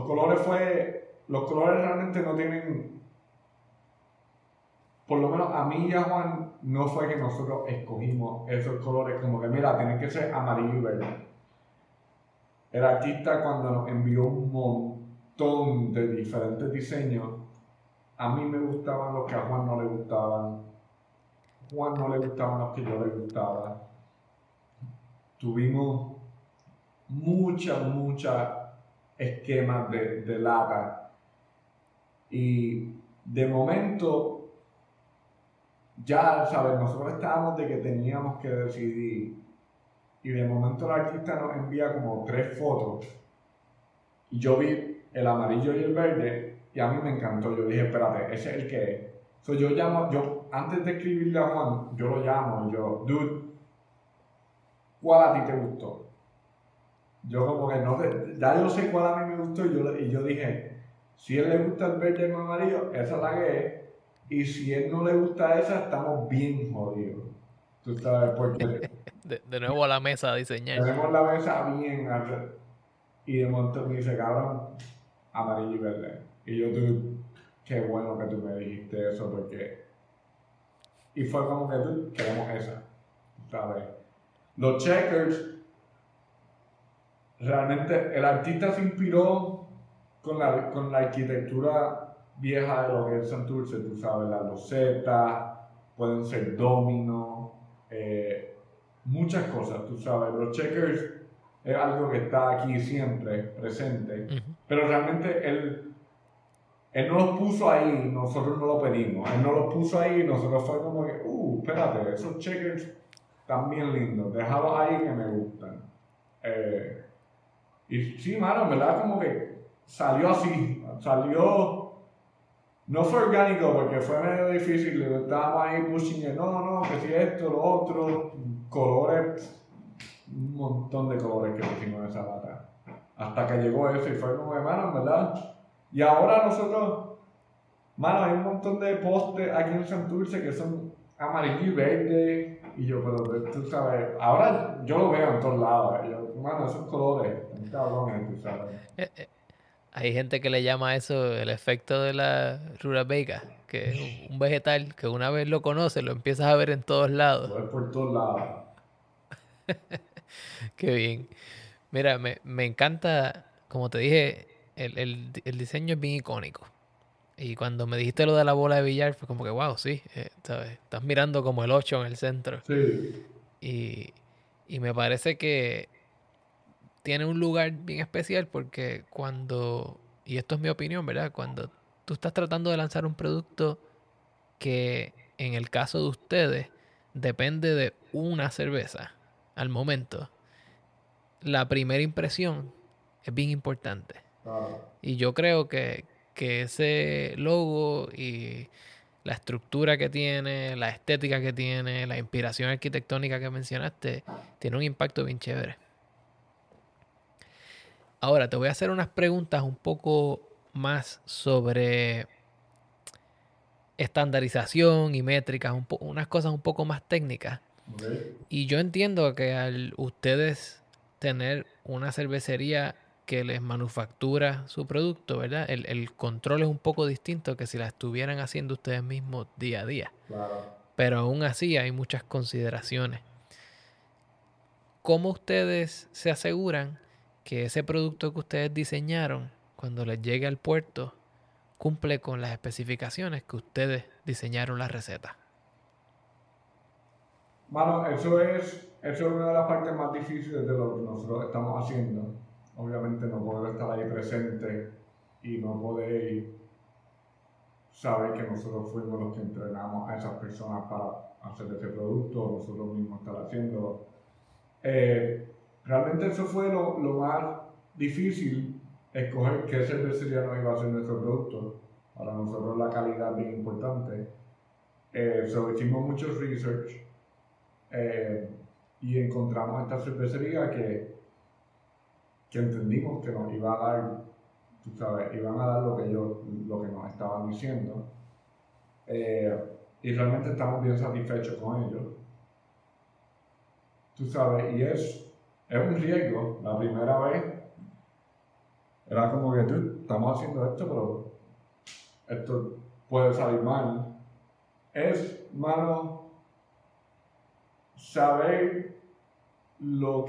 realmente no tienen, por lo menos a mí y a Juan, no fue que nosotros escogimos esos colores, como que mira, tienen que ser amarillo y verde. El artista cuando nos envió un montón de diferentes diseños, a mí me gustaban los que a Juan no le gustaban. Juan no le gustaban los que yo le gustaba. Tuvimos muchas esquemas de lata. Y de momento, ya, ¿sabes? Nosotros estábamos de que teníamos que decidir. Y de momento el artista nos envía como 3 fotos. Y yo vi el amarillo y el verde. Y a mí me encantó, yo dije, espérate, ese es el que es. So, yo antes de escribirle a Juan, yo lo llamo y yo, dude, ¿cuál a ti te gustó? yo como que no, ya yo sé cuál a mí me gustó y yo dije, si a él le gusta el verde y el amarillo, esa es la que es, y si a él no le gusta esa, estamos bien jodidos. Tú sabes, porque De nuevo a la mesa a diseñar. tenemos la mesa bien y de momento me dice, cabrón, amarillo y verde. Y yo, tú, qué bueno que tú me dijiste eso, porque... Y fue como que tú, queremos esa, ¿sabes? Los checkers, realmente el artista se inspiró con la arquitectura vieja de lo que es Santurce, tú sabes, las losetas, pueden ser dominos, muchas cosas, tú sabes. Los checkers es algo que está aquí siempre presente, Ujú. pero realmente él no los puso ahí, nosotros no lo pedimos. Él no los puso ahí y nosotros fue como que, espérate, esos checkers están bien lindos, déjalos ahí que me gustan. Y sí, mano, en verdad como que salió así, no fue orgánico porque fue medio difícil, estábamos ahí pushing it, no, que si esto, lo otro, colores, un montón de colores que pusimos en esa lata. Hasta que llegó eso y fue como que, mano, en verdad. Y ahora nosotros, mano, hay un montón de postes aquí en Santurce que son amarillo y verde. Y yo, pero tú sabes, ahora yo lo veo en todos lados. Y yo, mano, esos colores, están cabrones, tú sabes. Eh, eh, Hay gente que le llama a eso el efecto de la rutabaga, que es un vegetal que una vez lo conoces, lo empiezas a ver en todos lados. Lo ves por todos lados. Qué bien. Mira, me encanta, como te dije, el diseño es bien icónico. Y cuando me dijiste lo de la bola de billar, fue como que, wow, sí, ¿sabes? Estás mirando como el 8 en el centro. Sí, Y, y me parece que tiene un lugar bien especial porque y esto es mi opinión, ¿verdad? Cuando tú estás tratando de lanzar un producto que en el caso de ustedes depende de una cerveza al momento, la primera impresión es bien importante. claro. Y yo creo que ese logo y la estructura que tiene, la estética que tiene, la inspiración arquitectónica que mencionaste, tiene un impacto bien chévere. Ahora te voy a hacer unas preguntas un poco más sobre estandarización y métricas, unas cosas un poco más técnicas. ¿Ok? Y yo entiendo que al ustedes tener una cervecería que les manufactura su producto, ¿verdad? El control es un poco distinto que si la estuvieran haciendo ustedes mismos día a día. Claro. Pero aún así hay muchas consideraciones. ¿Cómo ustedes se aseguran que ese producto que ustedes diseñaron, cuando les llegue al puerto, cumple con las especificaciones que ustedes diseñaron la receta? Mano, eso es una de las partes más difíciles de lo que nosotros estamos haciendo. Obviamente no poder estar ahí presente y no poder saber que nosotros fuimos los que entrenamos a esas personas para hacer ese producto, nosotros mismos estar haciendo. Realmente eso fue lo más difícil, escoger qué cervecería nos iba a hacer nuestro producto. Para nosotros la calidad es bien importante. Hicimos mucho research y encontramos esta cervecería que entendimos que nos iba a dar, tú sabes, iban a dar lo que nos estaban diciendo. Y realmente estamos bien satisfechos con ellos. Tú sabes, y es un riesgo. La primera vez era como que tú, estamos haciendo esto, pero esto puede salir mal. Es, mano, saber lo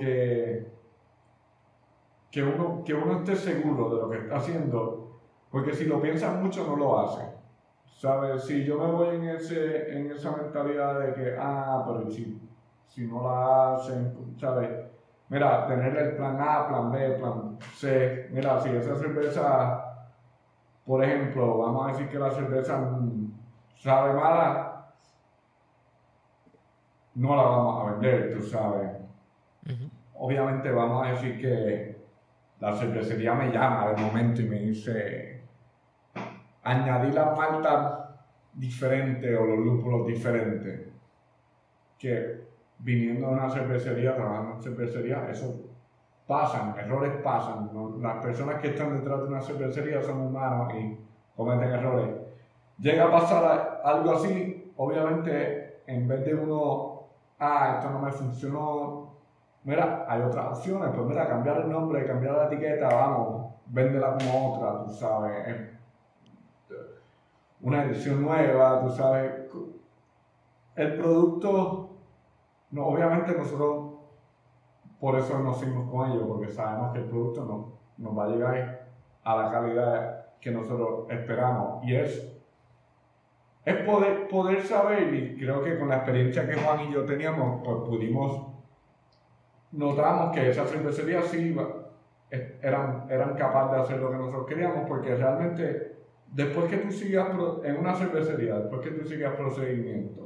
que uno esté seguro de lo que está haciendo, porque si lo piensas mucho no lo hace. ¿Sabes? Si yo me voy en esa mentalidad de que, pero si no la hacen, ¿sabes? Mira, tener el plan A, plan B, plan C. Mira, si esa cerveza, por ejemplo, vamos a decir que la cerveza sabe mala, no la vamos a vender, tú sabes. Ujú. Obviamente vamos a decir que la cervecería me llama de momento y me dice, añadir las maltas diferentes o los lúpulos diferentes, que viniendo de una cervecería, trabajando en cervecería, eso pasan, errores pasan. ¿No? Las personas que están detrás de una cervecería son humanos y cometen errores. Llega a pasar algo así, obviamente, en vez de uno, esto no me funcionó, mira, hay otras opciones, pues mira, cambiar el nombre, cambiar la etiqueta, vamos, véndela como otra, tú sabes, una edición nueva, tú sabes. El producto, no, obviamente nosotros por eso nos seguimos con ellos, porque sabemos que el producto nos va a llegar a la calidad que nosotros esperamos. Y es poder saber, y creo que con la experiencia que Juan y yo teníamos, pues notamos que esas cervecerías sí eran capaces de hacer lo que nosotros queríamos, porque realmente después que tú sigas en una cervecería, después que tú sigas procedimiento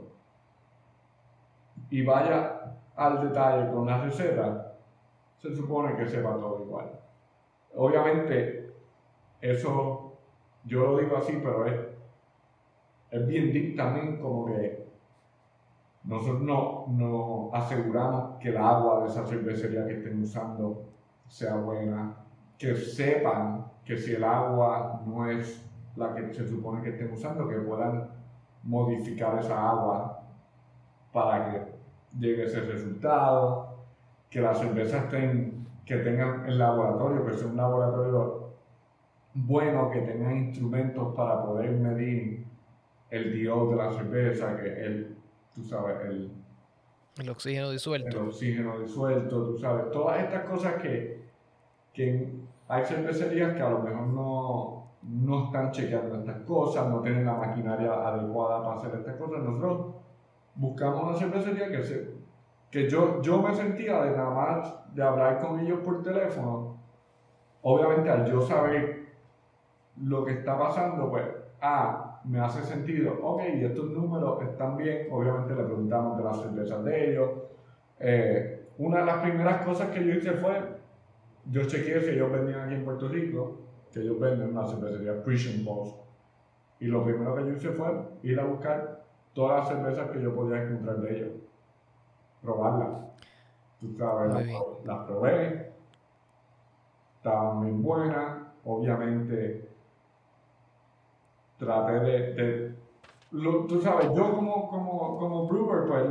y vayas al detalle con la receta, se supone que sepa todo igual. Obviamente, eso yo lo digo así, pero es bien deep también, como que nosotros no aseguramos que el agua de esa cervecería que estén usando sea buena, que sepan que si el agua no es la que se supone que estén usando, que puedan modificar esa agua para que llegue ese resultado, que las cervezas que tengan el laboratorio, que sea un laboratorio bueno, que tengan instrumentos para poder medir el DO de la cerveza, que tú sabes, El oxígeno el disuelto. oxígeno disuelto, tú sabes, todas estas cosas que hay cervecerías que a lo mejor no están chequeando estas cosas, no tienen la maquinaria adecuada para hacer estas cosas. Nosotros buscamos una cervecería que yo me sentía de nada más de hablar con ellos por teléfono. Obviamente al yo saber lo que está pasando, pues, me hace sentido, ok, estos números están bien, obviamente le preguntamos de las cervezas de ellos. Una de las primeras cosas que yo hice fue, yo chequeé si ellos vendían aquí en Puerto Rico, que ellos venden una cervecería Prison Post, y lo primero que yo hice fue ir a buscar todas las cervezas que yo podía encontrar de ellos, probarlas. Tú sabes, Muy bien. las probé, estaban muy buenas, obviamente traté tú sabes, yo como brewer, pues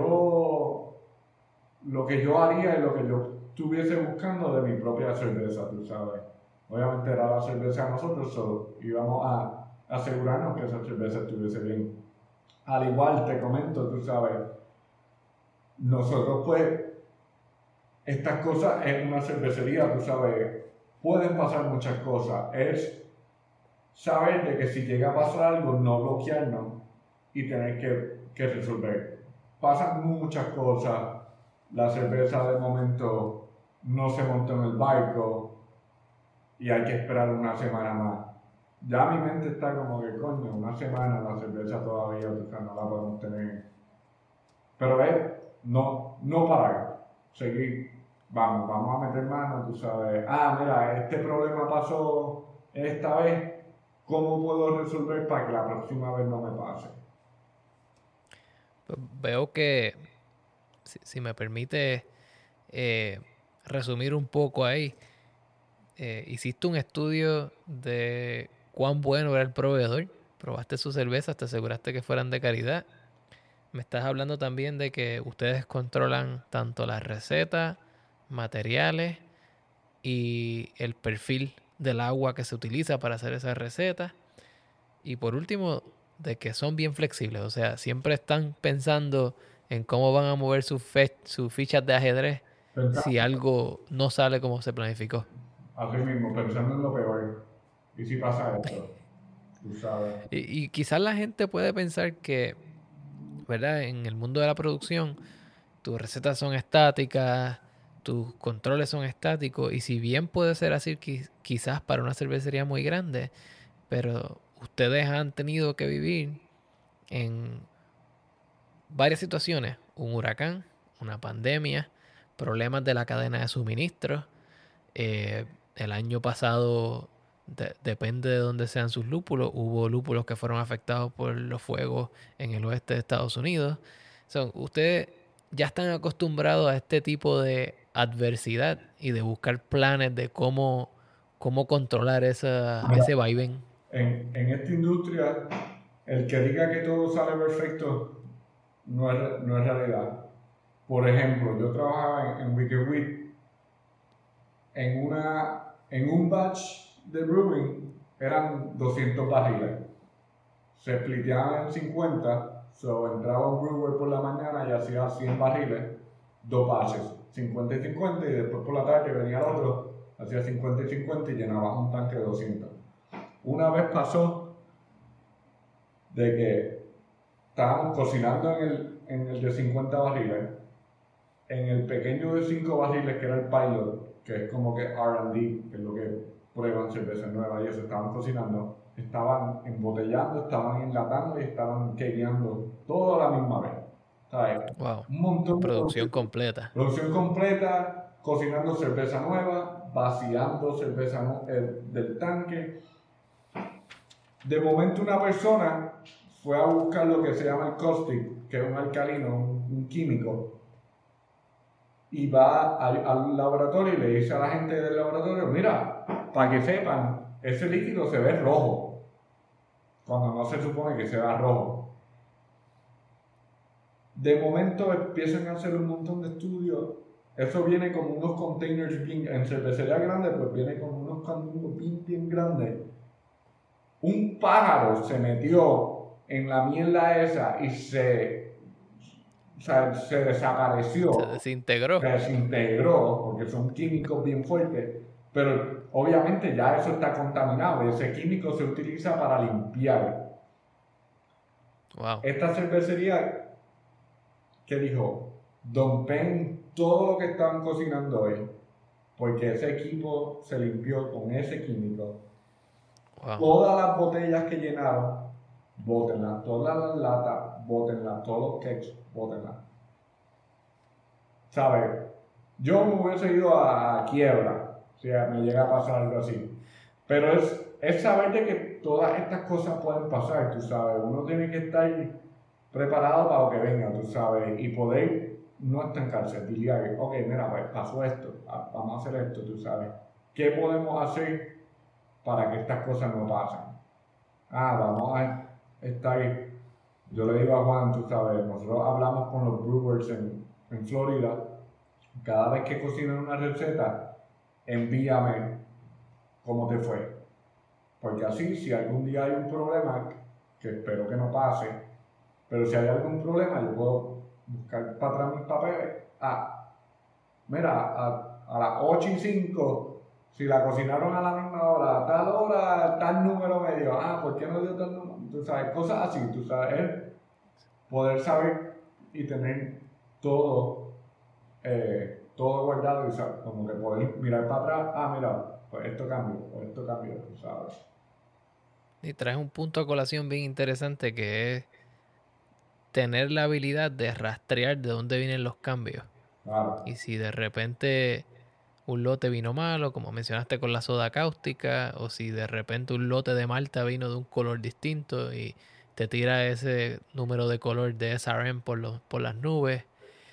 lo que yo haría y lo que yo estuviese buscando de mi propia cerveza, tú sabes. Obviamente era la cerveza de nosotros, solo íbamos a asegurarnos que esa cerveza estuviese bien. Al igual te comento, tú sabes, nosotros pues, estas cosas en una cervecería, tú sabes, pueden pasar muchas cosas. Es saber de que si llega a pasar algo, no bloquearnos y tener que resolver. Pasan muchas cosas. La cerveza de momento no se montó en el barco y hay que esperar una semana más. Ya mi mente está como que, coño, una semana la cerveza todavía, o sea, no la podemos tener. Pero no parar, seguir. Vamos a meter mano, tú sabes. Mira, este problema pasó esta vez, ¿cómo puedo resolver para que la próxima vez no me pase? Pues veo que, si me permite resumir un poco ahí, hiciste un estudio de cuán bueno era el proveedor, probaste sus cervezas, te aseguraste que fueran de calidad. Me estás hablando también de que ustedes controlan tanto las recetas, materiales y el perfil del agua que se utiliza para hacer esas recetas. Y por último, de que son bien flexibles, o sea, siempre están pensando en cómo van a mover sus fichas de ajedrez si Pensando, algo no sale como se planificó. así mismo, pensando en lo peor. ¿Y si pasa esto? Tú sabes. Y quizás la gente puede pensar que, ¿verdad? En el mundo de la producción, tus recetas son estáticas, tus controles son estáticos, y si bien puede ser así quizás para una cervecería muy grande, pero ustedes han tenido que vivir en varias situaciones, un huracán, una pandemia, problemas de la cadena de suministro. El año pasado, depende de dónde sean sus lúpulos, hubo lúpulos que fueron afectados por los fuegos en el oeste de Estados Ustedes ya están acostumbrados a este tipo de adversidad y de buscar planes de cómo controlar ese vaivén. En esta industria, el que diga que todo sale perfecto no es realidad. Por ejemplo, yo trabajaba en Wicked Wheat, en un batch de brewing eran 200 barriles. Se spliteaban en 50, entraba un brewer por la mañana y hacía 100 barriles, dos batches, 50 y 50, y después por la tarde venía el otro, hacía 50 y 50 y llenaba un tanque de 200. Una vez pasó de que estábamos cocinando en el de 50 barriles, en el pequeño de 5 barriles que era el pilot, que es como que R&D, que es lo que prueban cervezas nuevas y eso, estaban cocinando, estaban embotellando, estaban enlatando y estaban quemeando todo a la misma vez. ¿Sabes? Wow. Un montón de Producción completa. producción completa, cocinando cerveza nueva, vaciando cerveza del tanque. De momento una persona fue a buscar lo que se llama el caustic, que es un alcalino, un químico, y va al laboratorio y le dice a la gente del laboratorio, mira, para que sepan, ese líquido se ve rojo, cuando no se supone que se vea rojo. De momento empiezan a hacer un montón de estudios, eso viene como unos containers bien, en cervecería grande, pues viene como unos containers bien grandes. Un pájaro se metió en la mierda esa y se desapareció. Se desintegró. Se desintegró, porque son químicos bien fuertes, pero obviamente ya eso está contaminado y ese químico se utiliza para limpiar. Wow. Esta cervecería que dijo, dompen todo lo que estaban cocinando hoy, porque ese equipo se limpió con ese químico. Wow. Todas las botellas que llenaron, bótenlas, todas las latas, bótenlas, todos los cakes, bótenlas. ¿Sabes? Yo me hubiese ido a quiebra si me llega a pasar algo así. Pero es saber de que todas estas cosas pueden pasar, tú sabes. Uno tiene que estar preparado para lo que venga, tú sabes, y poder no estancarse. Diría, ok, mira, pues pasó esto, vamos a hacer esto, tú sabes. ¿Qué podemos hacer para que estas cosas no pasen? Vamos a estar. Yo le digo a Juan, tú sabes, nosotros hablamos con los brewers en Florida. Cada vez que cocinan una receta, envíame cómo te fue. Porque así, si algún día hay un problema, que espero que no pase, pero si hay algún problema, yo puedo buscar para atrás mis papeles. Mira, a las 8:05, si la cocinaron a la misma hora, a tal hora, tal número medio. ¿Por qué no dio tal número? Tú sabes, cosas así, tú sabes, es poder saber y tener todo guardado y sabes, como que poder mirar para atrás, mira, pues esto cambió, tú sabes. Y traes un punto a colación bien interesante que es tener la habilidad de rastrear de dónde vienen los cambios. Claro. Y si de repente un lote vino malo, como mencionaste con la soda cáustica, o si de repente un lote de malta vino de un color distinto y te tira ese número de color de SRM por las nubes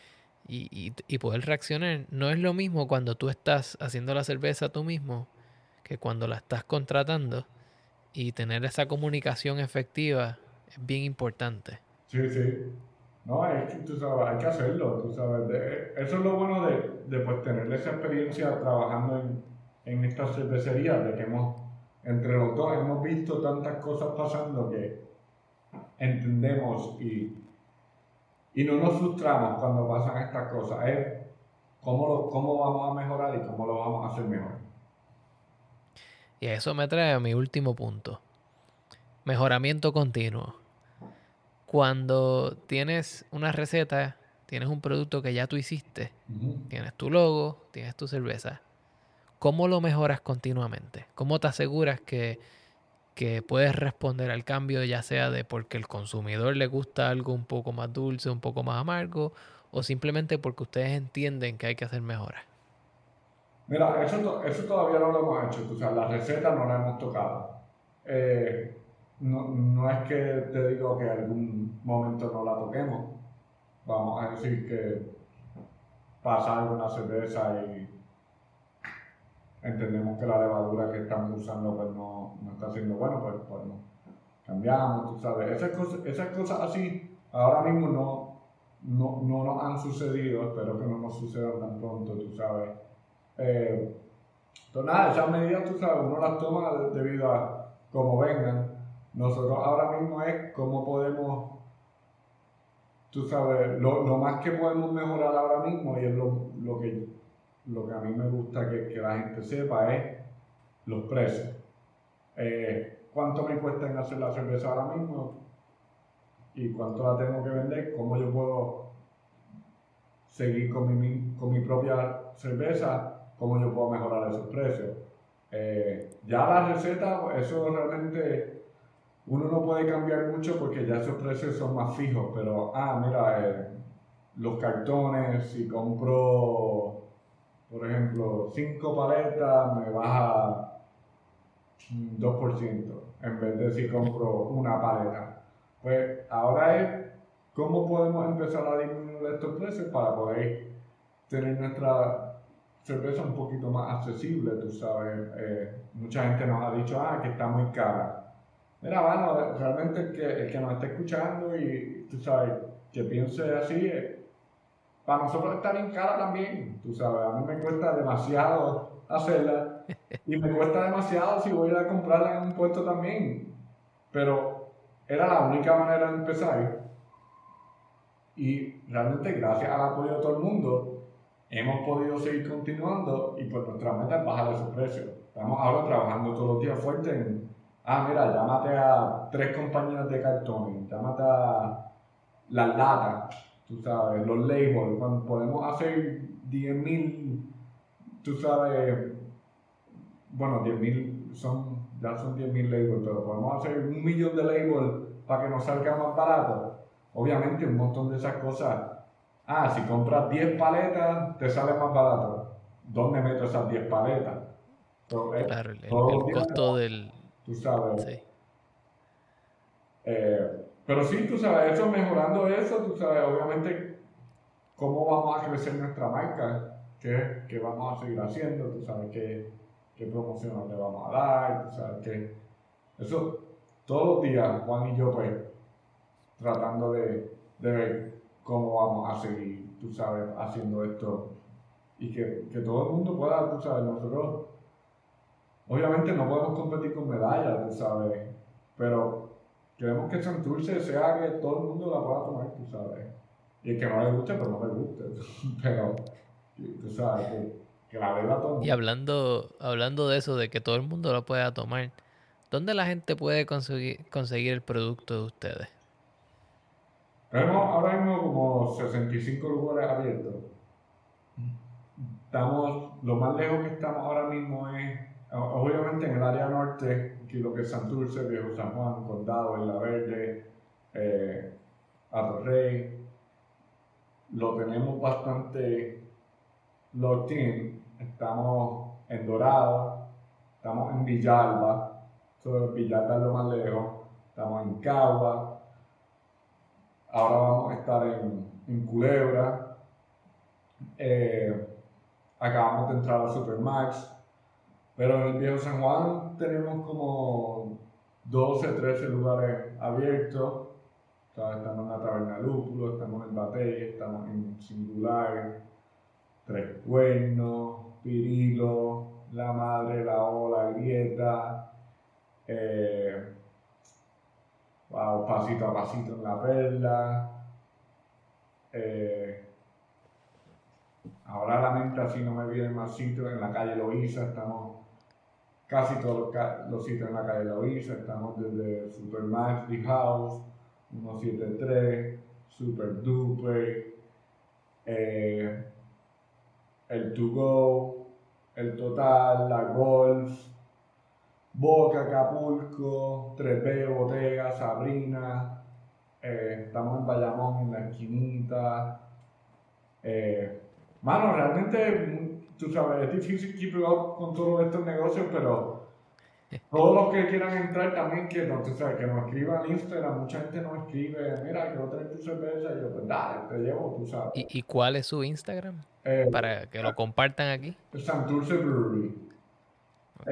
y poder reaccionar. No es lo mismo cuando tú estás haciendo la cerveza tú mismo que cuando la estás contratando, y tener esa comunicación efectiva es bien importante. Sí. No, es que tú sabes, hay que hacerlo, tú sabes. Eso es lo bueno de pues, tener esa experiencia trabajando en estas cervecerías, de que entre los dos hemos visto tantas cosas pasando que entendemos y no nos frustramos cuando pasan estas cosas. Es cómo vamos a mejorar y cómo lo vamos a hacer mejor. Y eso me trae a mi último punto. Mejoramiento continuo. Cuando tienes una receta, tienes un producto que ya tú hiciste, tienes tu logo, tienes tu cerveza, ¿cómo lo mejoras continuamente? ¿Cómo te aseguras que puedes responder al cambio, ya sea de porque el consumidor le gusta algo un poco más dulce, un poco más amargo, o simplemente porque ustedes entienden que hay que hacer mejoras? Mira, eso todavía no lo hemos hecho, tú sabes, la receta no la hemos tocado. No es que te digo que en algún momento no la toquemos. vamos a decir que pasa algo en la cerveza y entendemos que la levadura que estamos usando pues no está siendo bueno, pues no. Cambiamos, tú sabes. Esas cosas así ahora mismo no nos han sucedido, espero que no nos sucedan tan pronto, tú sabes. Entonces nada, esas medidas, tú sabes, uno las toma debido a cómo vengan. Nosotros ahora mismo es cómo podemos, tú sabes, lo más que podemos mejorar ahora mismo y es lo que a mí me gusta que la gente sepa es los precios. ¿Cuánto me cuesta en hacer la cerveza ahora mismo? ¿Y cuánto la tengo que vender? ¿Cómo yo puedo seguir con mi propia cerveza? ¿Cómo yo puedo mejorar esos precios? Ya la receta, pues, eso realmente uno no puede cambiar mucho porque ya esos precios son más fijos, pero, mira, los cartones, si compro, por ejemplo, 5 paletas, me baja 2%, en vez de si compro una paleta. Pues ahora es cómo podemos empezar a disminuir estos precios para poder tener nuestra cerveza un poquito más accesible, tú sabes. Mucha gente nos ha dicho, que está muy cara. Mira, bueno, realmente el que nos está escuchando y, tú sabes, que piense así, para nosotros está bien cara también, tú sabes. A mí me cuesta demasiado hacerla y me cuesta demasiado si voy a ir a comprarla en un puesto también. Pero era la única manera de empezar. Y realmente gracias al apoyo de todo el mundo hemos podido seguir continuando y pues nuestra meta es bajar esos precios. Estamos ahora trabajando todos los días fuerte en, mira, llámate a 3 compañías de cartón, llámate a las latas, tú sabes, los labels, cuando podemos hacer 10,000, tú sabes, bueno, 10,000 ya son 10,000 labels, pero podemos hacer 1,000,000 de labels para que nos salga más barato. Obviamente un montón de esas cosas. Si compras 10 paletas, te sale más barato. ¿Dónde meto esas 10 paletas? Claro, Todos el los días, costo del... tú sabes. Sí. Pero sí, tú sabes, eso mejorando eso, tú sabes, obviamente, cómo vamos a crecer nuestra marca, qué vamos a seguir haciendo, tú sabes, qué promociones le vamos a dar, tú sabes, que eso, todos los días, Juan y yo, pues, tratando de ver cómo vamos a seguir, tú sabes, haciendo esto y que todo el mundo pueda, tú sabes, nosotros obviamente no podemos competir con medallas, tú sabes, pero queremos que Santurce sea que todo el mundo la pueda tomar, tú sabes, y el que no le guste, pues no le guste, pero tú sabes, que la beba todo el Y mundo. hablando de eso, de que todo el mundo lo pueda tomar, ¿dónde la gente puede conseguir el producto de ustedes? Tenemos ahora mismo como 65 lugares abiertos. Lo más lejos que estamos ahora mismo es, obviamente en el área norte, aquí lo que es Santurce, Viejo San Juan, Condado, Isla Verde, Atorrey, lo tenemos bastante locked in. Estamos en Dorado, estamos en Villalba, Villalba es lo más lejos, estamos en Cagua, ahora vamos a estar en Culebra. Acabamos de entrar a Supermax, pero en el Viejo San Juan tenemos como 12, 13 lugares abiertos. O sea, estamos en la Taberna Lúpulo, estamos en Batey, estamos en Singular, Tres Cuernos, Pirilo, La Madre, La Ola, Grieta, Pasito a Pasito en La Perla. Ahora la mente así no me vienen más sitios. En la calle Loíza estamos casi todos los sitios en la calle Loíza. Estamos desde Supermax, The House, 173, Super Duper, el To Go, el Total, la Golf, Boca, Acapulco, 3B, Bodega, Sabrina. Estamos en Bayamón, en la esquinita. Realmente, tú sabes, es difícil keep up con todos estos negocios, pero Todos los que quieran entrar también, que no, tú sabes, que nos escriban en Instagram. Mucha gente nos escribe, mira, quiero tener tu cerveza. Y yo, pues dale, te llevo, tú sabes. ¿Y cuál es su Instagram? Eh, Para que lo compartan aquí. Santurce Brewery. Ok.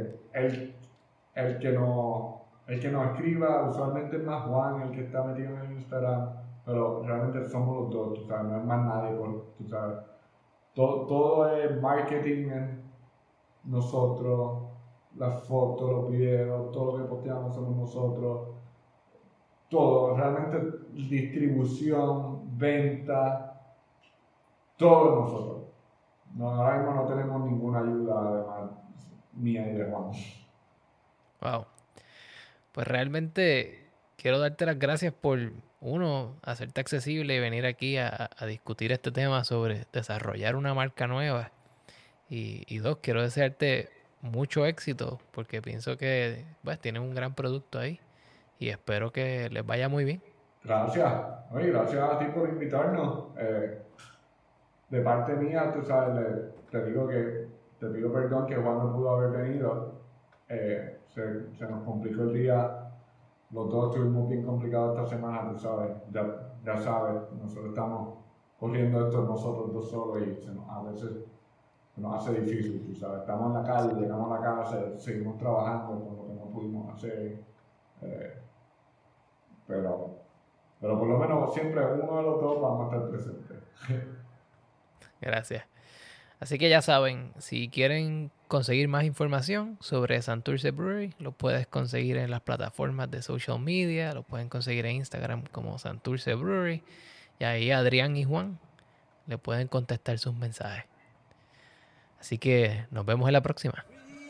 El que nos escriba, usualmente es más Juan el que está metido en el Instagram, pero realmente somos los dos, tú sabes, no es más nadie, tú sabes. Todo es marketing en nosotros, las fotos, los videos, todo lo que posteamos somos nosotros, todo, realmente distribución, venta, todo es nosotros. No, ahora mismo no tenemos ninguna ayuda además mía y de Juan. Wow. Pues realmente quiero darte las gracias por, uno, hacerte accesible y venir aquí a discutir este tema sobre desarrollar una marca nueva. Y dos, quiero desearte mucho éxito porque pienso que pues, tienes un gran producto ahí y espero que les vaya muy bien. Gracias, oye, gracias a ti por invitarnos. De parte mía, tú sabes, te digo que te pido perdón que Juan no pudo haber venido. Se nos complicó el día. Los dos estuvimos bien complicados esta semana, tú sabes. Ya sabes, nosotros estamos corriendo esto nosotros dos solos y a veces se nos hace difícil, tú sabes. Estamos en la calle, llegamos a la casa, seguimos trabajando con lo que no pudimos hacer. eh, pero, pero por lo menos siempre uno de los dos vamos a estar presentes. Gracias. Así que ya saben, si quieren conseguir más información sobre Santurce Brewery, lo puedes conseguir en las plataformas de social media, lo pueden conseguir en Instagram como Santurce Brewery, y ahí Adrián y Juan le pueden contestar sus mensajes. Así que nos vemos en la próxima.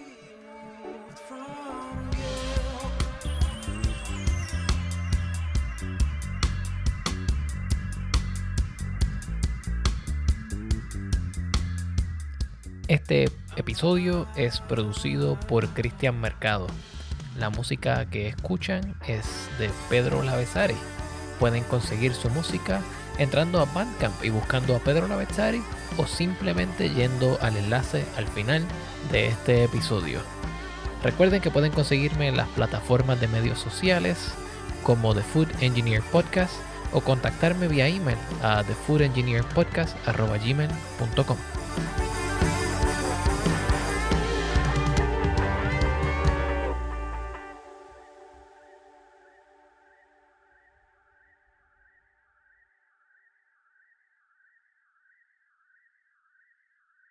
Este episodio es producido por Cristian Mercado. La música que escuchan es de Pedro Lavezari. Pueden conseguir su música entrando a Bandcamp y buscando a Pedro Lavezari o simplemente yendo al enlace al final de este episodio. Recuerden que pueden conseguirme en las plataformas de medios sociales como The Food Engineer Podcast o contactarme vía email a thefoodengineerpodcast@gmail.com.